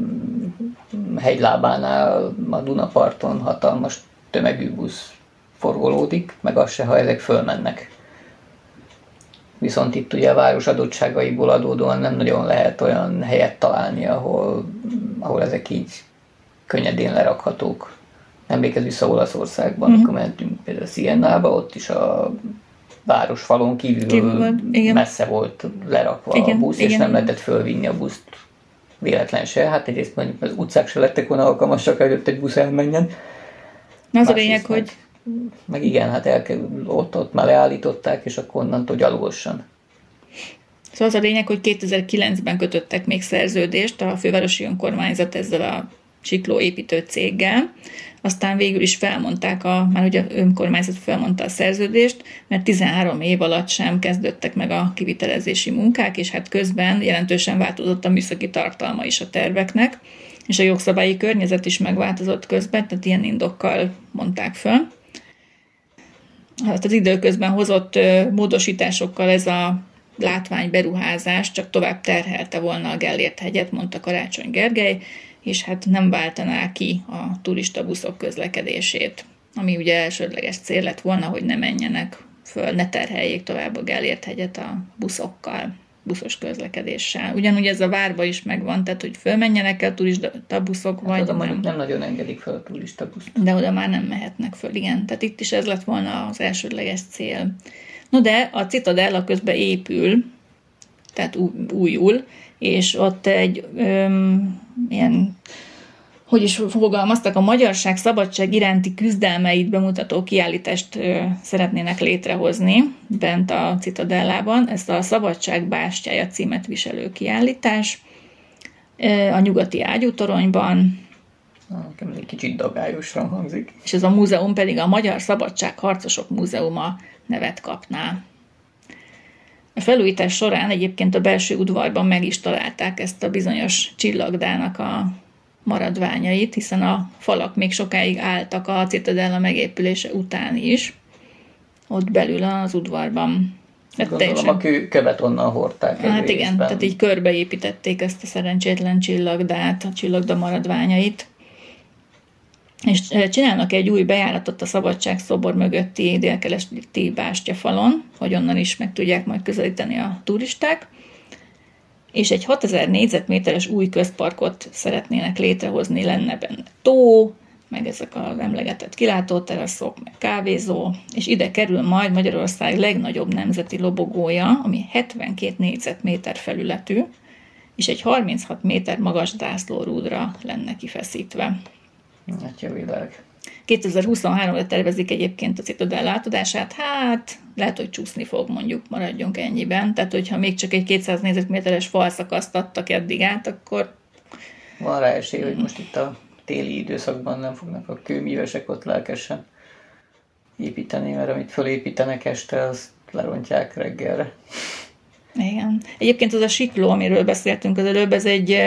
hegylábánál a Dunaparton hatalmas tömegű busz forgolódik, meg az se, ha ezek fölmennek. Viszont itt ugye a város adottságaiból adódóan nem nagyon lehet olyan helyet találni, ahol ezek így könnyedén lerakhatók. Emlékezz vissza Olaszországban, amikor mentünk például Siennába, ott is a városfalon kívül messze volt lerakva a busz, és nem lehetett fölvinni a buszt véletlen se. Hát egyrészt mondjuk az utcák se lettek volna alkalmasak, előtt egy busz elmenjen. Az a lényeg, hogy... Meg igen, hát ott már leállították, és akkor onnantól gyalogosan. Szóval az a lényeg, hogy 2009-ben kötöttek még szerződést a fővárosi önkormányzat ezzel a siklóépítő céggel, aztán végül is felmondták, már ugye önkormányzat felmondta a szerződést, mert 13 év alatt sem kezdődtek meg a kivitelezési munkák, és hát közben jelentősen változott a műszaki tartalma is a terveknek, és a jogszabályi környezet is megváltozott közben, tehát ilyen indokkal mondták föl. Hát az időközben hozott módosításokkal ez a látványberuházás csak tovább terhelte volna a Gellért-hegyet, mondta Karácsony Gergely, és hát nem váltaná ki a turistabuszok közlekedését, ami ugye elsődleges cél lett volna, hogy ne menjenek föl, ne terheljék tovább a Gellért-hegyet a buszokkal, buszos közlekedéssel. Ugyanúgy ez a várba is megvan, tehát hogy fölmenjenek el turistabuszok, hát vagy oda nem. Nem nagyon engedik fel a turistabuszt. De oda már nem mehetnek föl, igen. Tehát itt is ez lett volna az elsődleges cél. No de a Citadella közben épül, tehát újul, és ott egy ilyen, hogy is fogalmaztak, a magyarság szabadság iránti küzdelmeit bemutató kiállítást szeretnének létrehozni bent a Citadellában. Ez a Szabadság bástyája címet viselő kiállítás a nyugati ágyútoronyban. Nekem egy kicsit dagályosra hangzik. És ez a múzeum pedig a Magyar Szabadságharcosok Múzeuma nevet kapná. A felújítás során egyébként a belső udvarban meg is találták ezt a bizonyos csillagdának a maradványait, hiszen a falak még sokáig álltak a Citadella megépülése után is, ott belül az udvarban. Gondolom a követ onnan hordták. Hát igen, tehát így körbeépítették ezt a szerencsétlen csillagdát, a csillagda maradványait. És csinálnak egy új bejáratot a Szabadság szobor mögötti délkeleti bástyafalon, hogy onnan is meg tudják majd közelíteni a turisták. És egy 6000 négyzetméteres új közparkot szeretnének létrehozni, lenne benne tó, meg ezek az emlegetett kilátóteraszok, meg kávézó, és ide kerül majd Magyarország legnagyobb nemzeti lobogója, ami 72 négyzetméter felületű, és egy 36 méter magas zászlórúdra lenne kifeszítve. Hát jó világ. 2023-ra tervezik egyébként a Citadella átadását, hát lehet, hogy csúszni fog, mondjuk maradjunk ennyiben. Tehát, hogyha még csak egy 200 négyzetméteres falszakaszt adtak eddig át, akkor... Van rá esély, hogy most itt a téli időszakban nem fognak a kőművesek ott lelkesen építeni, mert amit fölépítenek este, azt lerontják reggelre. Igen. Egyébként az a sikló, amiről beszéltünk az előbb, ez egy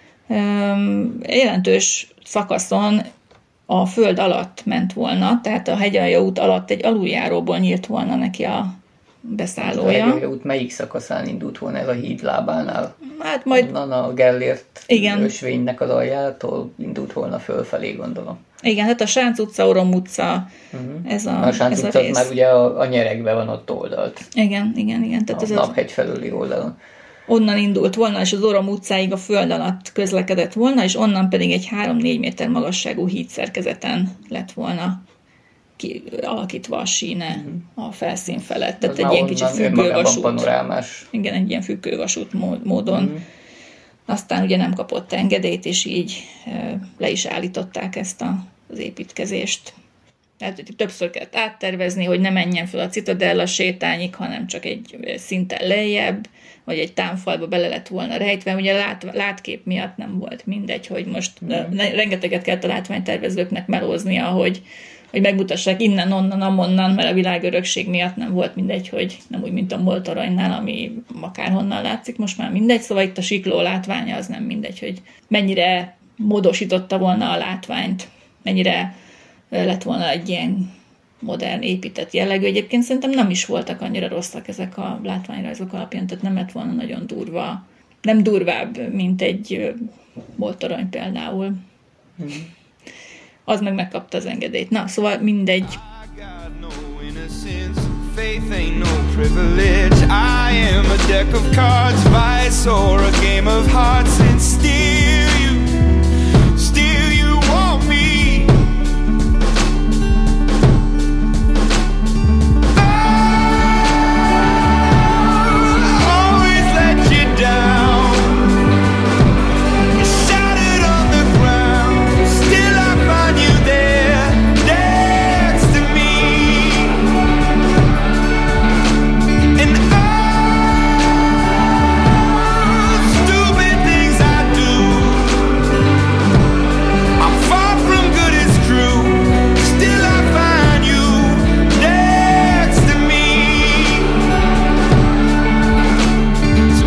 jelentős szakaszon a föld alatt ment volna, tehát a Hegyalja út alatt egy aluljáróból nyílt volna neki a beszállója. A Hegyalja út melyik szakaszán indult volna ez a híd lábánál? Hát majd... Onnan a Gellért ösvénynek az aljától indult volna fölfelé, gondolom. Igen, hát a Sánc utca, Orom utca, a Sánc utca az már ugye a nyeregben van ott oldalt. Igen. Tehát a Naphegy felüli oldalon. Onnan indult volna, és az Orom utcáig a föld alatt közlekedett volna, és onnan pedig egy 3-4 méter magasságú hídszerkezeten lett volna alakítva a síne a felszín felett. Tehát egy ilyen kicsit függővasút. Igen, egy ilyen függővasút módon. Aztán ugye nem kapott engedélyt, és így le is állították ezt az építkezést. Tehát többször kellett áttervezni, hogy ne menjen fel a Citadella sétányig, hanem csak egy szinten lejjebb, vagy egy támfalba bele lett volna rejtve. Ugye látkép miatt nem volt mindegy, hogy most rengeteget kellett a látványtervezőknek melóznia, hogy megmutassák innen, onnan, amonnan, mert a világörökség miatt nem volt mindegy, hogy nem úgy, mint a Moltoronynál, ami akárhonnan látszik, most már mindegy, szóval itt a sikló látványa az nem mindegy, hogy mennyire módosította volna a látványt, mennyire lett volna egy ilyen modern épített jellegű. Egyébként szerintem nem is voltak annyira rosszak ezek a látványrajzok alapján, tehát nem lett volna nagyon durva. Nem durvább, mint egy boltorony például. Az meg megkapta az engedélyt. Na, szóval mindegy. Faith ain't no privilege. I am a deck of cards, vice or a game of hearts, and still you want me. Always let you down. You shattered on the ground, still I find you there, next to me. And all stupid things I do, I'm far from good, it's true, still I find you next to me. So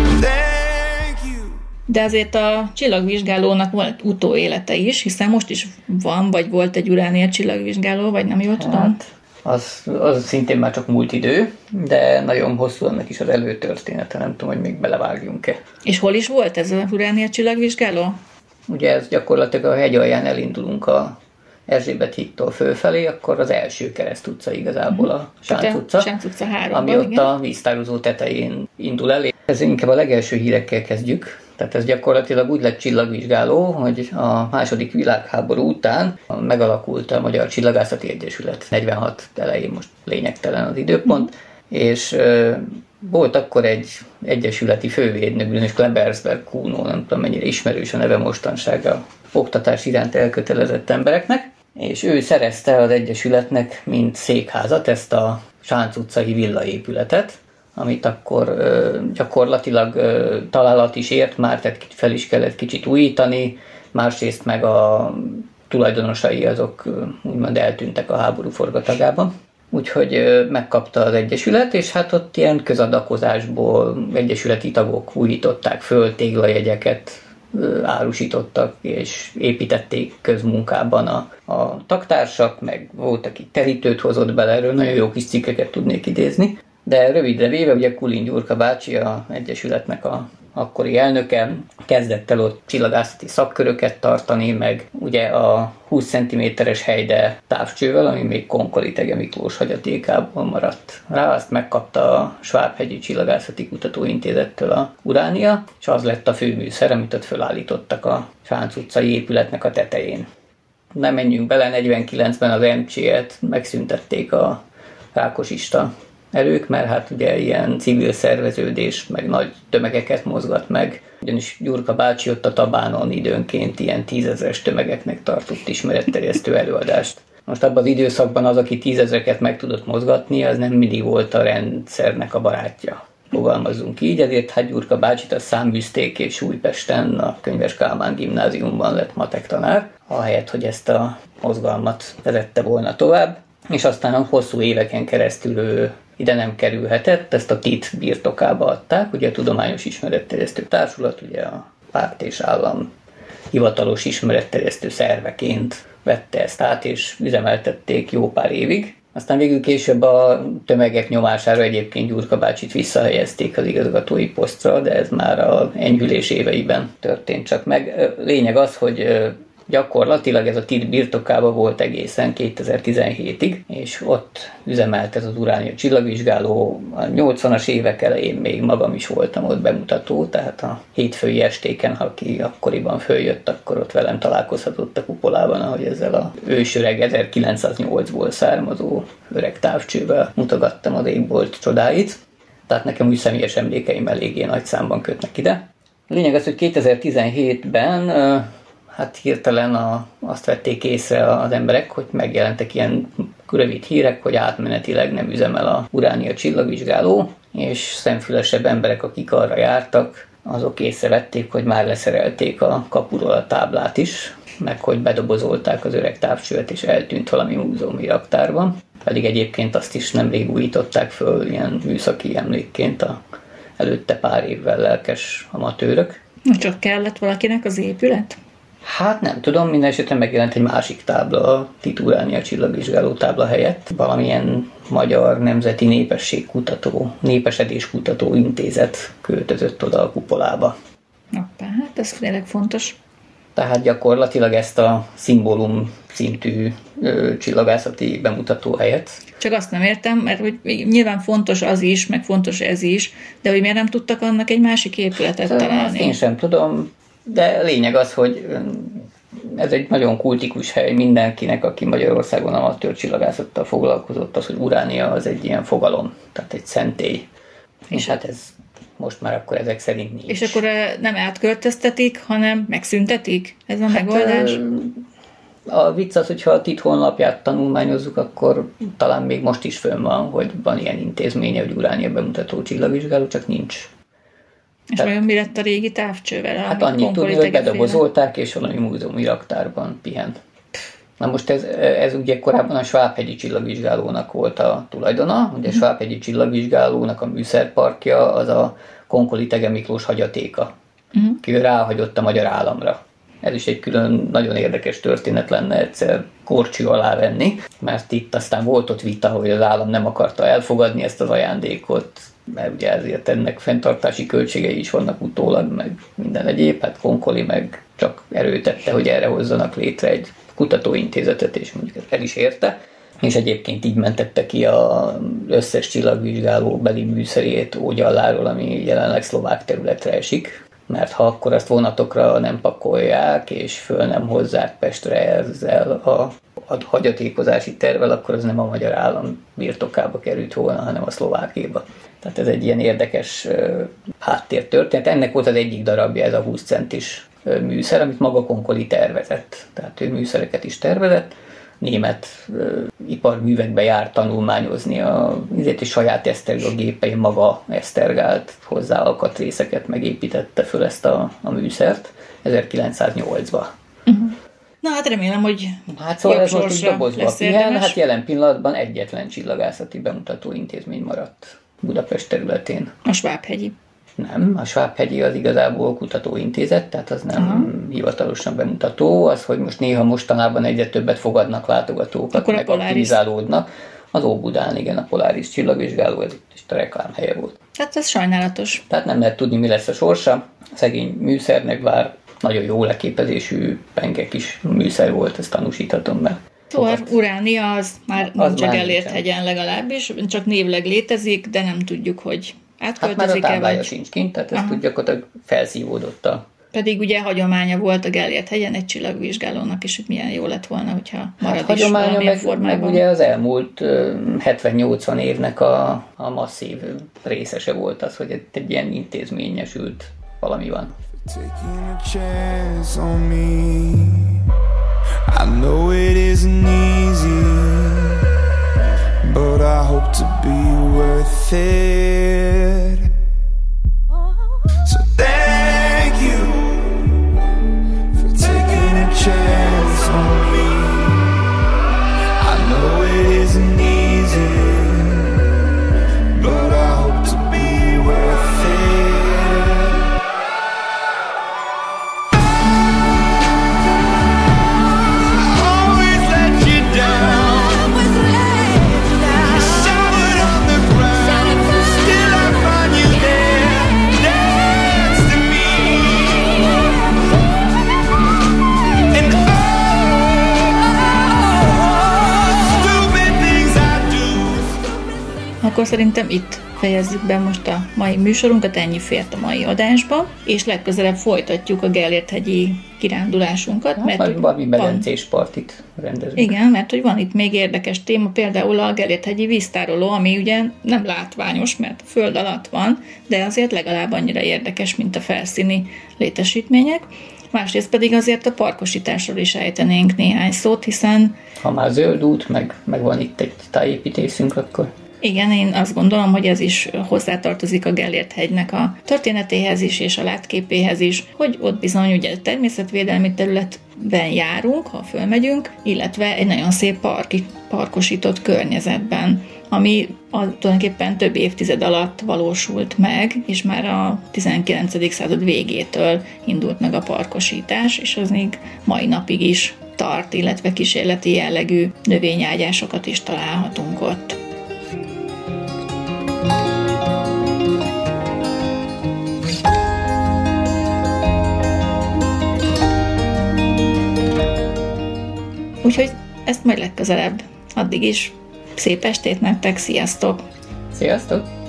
thank you. De azért a csillagvizsgálónak volt utóélete is, hiszen most is van, vagy volt egy Uránia csillagvizsgáló, vagy nem jól tudom? Az szintén már csak múlt idő, de nagyon hosszú annak is az előtörténete, nem tudom, hogy még belevágjunk-e. És hol is volt ez a Uránia csillagvizsgáló? Ugye ez gyakorlatilag a hegy alján elindulunk a Erzsébet hídtól fölfelé, akkor az első Kereszt utca igazából a Sánc utca, Sánc utca 3-ban, ami ott a víztározó tetején indul el. Ez inkább a legelső hírekkel kezdjük. Tehát ez gyakorlatilag úgy lett csillagvizsgáló, hogy a második világháború után megalakult a Magyar Csillagászati Egyesület 46 elején, most lényegtelen az időpont, és volt akkor egy egyesületi fővédnök, bizonyos Klebersberg Kuno, nem tudom mennyire ismerős a neve mostansága, oktatás iránt elkötelezett embereknek, és ő szerezte az egyesületnek, mint székházat, ezt a Sánc utcai villaépületet, amit akkor gyakorlatilag találat is ért már, tehát fel is kellett kicsit újítani, másrészt meg a tulajdonosai azok úgymond eltűntek a háború forgatagában. Úgyhogy megkapta az egyesület, és hát ott ilyen közadakozásból egyesületi tagok újították föl, téglajegyeket árusítottak, és építették közmunkában a taktársak, meg volt, aki terítőt hozott bele, erről nagyon jó kis cikkeket tudnék idézni. De rövidre véve, ugye Kulin Gyurka bácsi, a egyesületnek a akkori elnöke kezdett el ott csillagászati szakköröket tartani, meg ugye a 20 cm-es helyde távcsővel, ami még Konkoli Tege Miklós hagyatékából maradt rá, azt megkapta a Svábhegyi Csillagászati Kutatóintézettől a Uránia, és az lett a főműszer, amit ott fölállítottak a Sánc utcai épületnek a tetején. Nem menjünk bele, 49-ben az MC-et megszüntették a rákosista erők, mert hát ugye ilyen civil szerveződés, meg nagy tömegeket mozgat meg. Ugyanis Gyurka bácsi ott a Tabánon időnként ilyen 10 000-es tömegeknek tartott ismeretterjesztő előadást. Most abban az időszakban az, aki 10 000-eket meg tudott mozgatni, az nem mindig volt a rendszernek a barátja. Fogalmazzunk így, ezért hát Gyurka bácsit azt száműzték, és Újpesten a Könyves Kálmán gimnáziumban lett matek tanár, ahelyett, hogy ezt a mozgalmat vezette volna tovább. És aztán a hosszú éveken keresztül ő ide nem kerülhetett, ezt a TIT birtokába adták, ugye a Tudományos Ismeretterjesztő Társulat, ugye a párt és állam hivatalos ismeretterjesztő szerveként vette ezt át, és üzemeltették jó pár évig. Aztán végül később a tömegek nyomására egyébként Gyurka bácsit visszahelyezték az igazgatói posztra, de ez már az enyhülés éveiben történt csak meg. Lényeg az, hogy gyakorlatilag ez a TIT birtokában volt egészen 2017-ig, és ott üzemelt ez az Uránia csillagvizsgáló. A 80-as évek elején még magam is voltam ott bemutató, tehát a hétfői estéken, ha ki akkoriban följött, akkor ott velem találkozhatott a kupolában, ahogy ezzel a ősöreg 1908-ból származó öreg távcsővel mutogattam az égbolt csodáit. Tehát nekem úgy személyes emlékeim eléggé nagy számban kötnek ide. A lényeg az, hogy 2017-ben hát hirtelen azt vették észre az emberek, hogy megjelentek ilyen rövid hírek, hogy átmenetileg nem üzemel a Uránia csillagvizsgáló, és szemfülesebb emberek, akik arra jártak, azok észrevették, hogy már leszerelték a kapuról a táblát is, meg hogy bedobozolták az öreg távcsövet, és eltűnt valami múzeumi raktárban. Pedig egyébként azt is nemrég újították föl ilyen műszaki emlékként előtte pár évvel lelkes amatőrök. Csak kellett valakinek az épület? Hát nem tudom, minden esetben megjelent egy másik tábla, a Tituránia csillagvizsgáló tábla helyett. Valamilyen Magyar Nemzeti Népesedéskutató Intézet költözött oda a kupolába. Hoppá, hát ez tényleg fontos. Tehát gyakorlatilag ezt a szimbólum szintű csillagászati bemutató helyet. Csak azt nem értem, mert hogy nyilván fontos az is, meg fontos ez is, de hogy miért nem tudtak annak egy másik épületet találni? Ezt én sem tudom, de lényeg az, hogy ez egy nagyon kultikus hely mindenkinek, aki Magyarországon amatőr csillagászattal foglalkozott, az, hogy Uránia az egy ilyen fogalom, tehát egy szentély. És hát ez most már akkor ezek szerint nincs. És akkor nem átköltöztetik, hanem megszüntetik? Ez a megoldás? A vicc az, hogyha a TIT honlapját tanulmányozzuk, akkor talán még most is fönn van, hogy van ilyen intézménye, hogy Uránia bemutató csillagvizsgáló, csak nincs. És vajon mi lett a régi távcsővel? Hát annyit tudni, hogy bedobozolták, és valami múzeumi raktárban pihen. Na most ez ugye korábban a Svábhegyi csillagvizsgálónak volt a tulajdona. Ugye a Svábhegyi csillagvizsgálónak a műszerparkja az a Konkoli Tege Miklós hagyatéka, ki ráhagyott a magyar államra. Ez is egy külön nagyon érdekes történet lenne egyszer górcső alá venni, mert itt aztán volt ott vita, hogy az állam nem akarta elfogadni ezt az ajándékot, mert ugye ezért ennek fenntartási költségei is vannak utólag, meg minden egyéb, hát Konkoli meg csak erőtette, hogy erre hozzanak létre egy kutatóintézetet, és mondjuk el is érte, és egyébként így mentette ki az összes csillagvizsgáló beli műszerét Ógyalláról, ami jelenleg szlovák területre esik, mert ha akkor azt vonatokra nem pakolják, és föl nem hozzák Pestre ezzel a hagyatékozási tervvel, akkor az nem a magyar állam birtokába került volna, hanem a Szlovákéba. Tehát ez egy ilyen érdekes háttértörténet. Ennek volt az egyik darabja, ez a 20 centis műszer, amit maga Konkoli tervezett. Tehát ő műszereket is tervezett, német iparművekbe járt tanulmányozni ezért is saját esztergálógépein maga esztergált hozzá alkatrészeket, megépítette föl ezt a műszert 1908-ban. Na hát remélem, hogy hát szóval ez most így dobozba pihen, hát jelen pillanatban egyetlen csillagászati bemutató intézmény maradt Budapest területén. A Svábhegyi. Nem, a Svábhegyi az igazából kutatóintézet, tehát az nem hivatalosan bemutató, az, hogy most néha mostanában egyre többet fogadnak látogatókat, akkor meg aktivizálódnak. Az Óbudán, igen, a Polaris csillagvizsgáló, ez itt is a reklámhelye volt. Hát ez sajnálatos. Tehát nem lehet tudni, mi lesz a sorsa. Szegény műszernek, bár nagyon jó leképezésű pengek is műszer volt, ezt tanúsíthatom meg. Szóval Uránia az már nincs a Gellért hegyen legalábbis, csak névleg létezik, de nem tudjuk, hogy átköltözik-e. Hát már a táblája sincs kint, tehát ezt tudjuk, felszívódott a... Pedig ugye hagyománya volt a Gellért hegyen egy csillagvizsgálónak is, hogy milyen jó lett volna, hogyha marad is valamilyen formában. Meg ugye az elmúlt 70-80 évnek a masszív részese volt az, hogy egy ilyen intézményesült valami van. Taking a chance on me, I know it isn't easy, but I hope to be worth it. So thank you for taking a chance on me. I know it isn't easy, but I hope to be worth it. Akkor szerintem itt fejezzük be most a mai műsorunkat, ennyi fért a mai adásba, és legközelebb folytatjuk a Gellért-hegyi kirándulásunkat. Mert valami medencés partit rendezünk. Igen, mert hogy van itt még érdekes téma, például a Gellért-hegyi víztároló, ami ugye nem látványos, mert a föld alatt van, de azért legalább annyira érdekes, mint a felszíni létesítmények. Másrészt pedig azért a parkosításról is ejtenénk néhány szót, hiszen... Ha már zöld út, meg van itt egy tájépítésünk, akkor... Igen, én azt gondolom, hogy ez is hozzátartozik a Gellért-hegynek a történetéhez is, és a látképéhez is, hogy ott bizony ugye természetvédelmi területben járunk, ha fölmegyünk, illetve egy nagyon szép parkosított környezetben, ami tulajdonképpen több évtized alatt valósult meg, és már a 19. század végétől indult meg a parkosítás, és az még mai napig is tart, illetve kísérleti jellegű növényágyásokat is találhatunk ott. Úgyhogy ezt majd legközelebb. Addig is szép estét nektek, sziasztok! Sziasztok!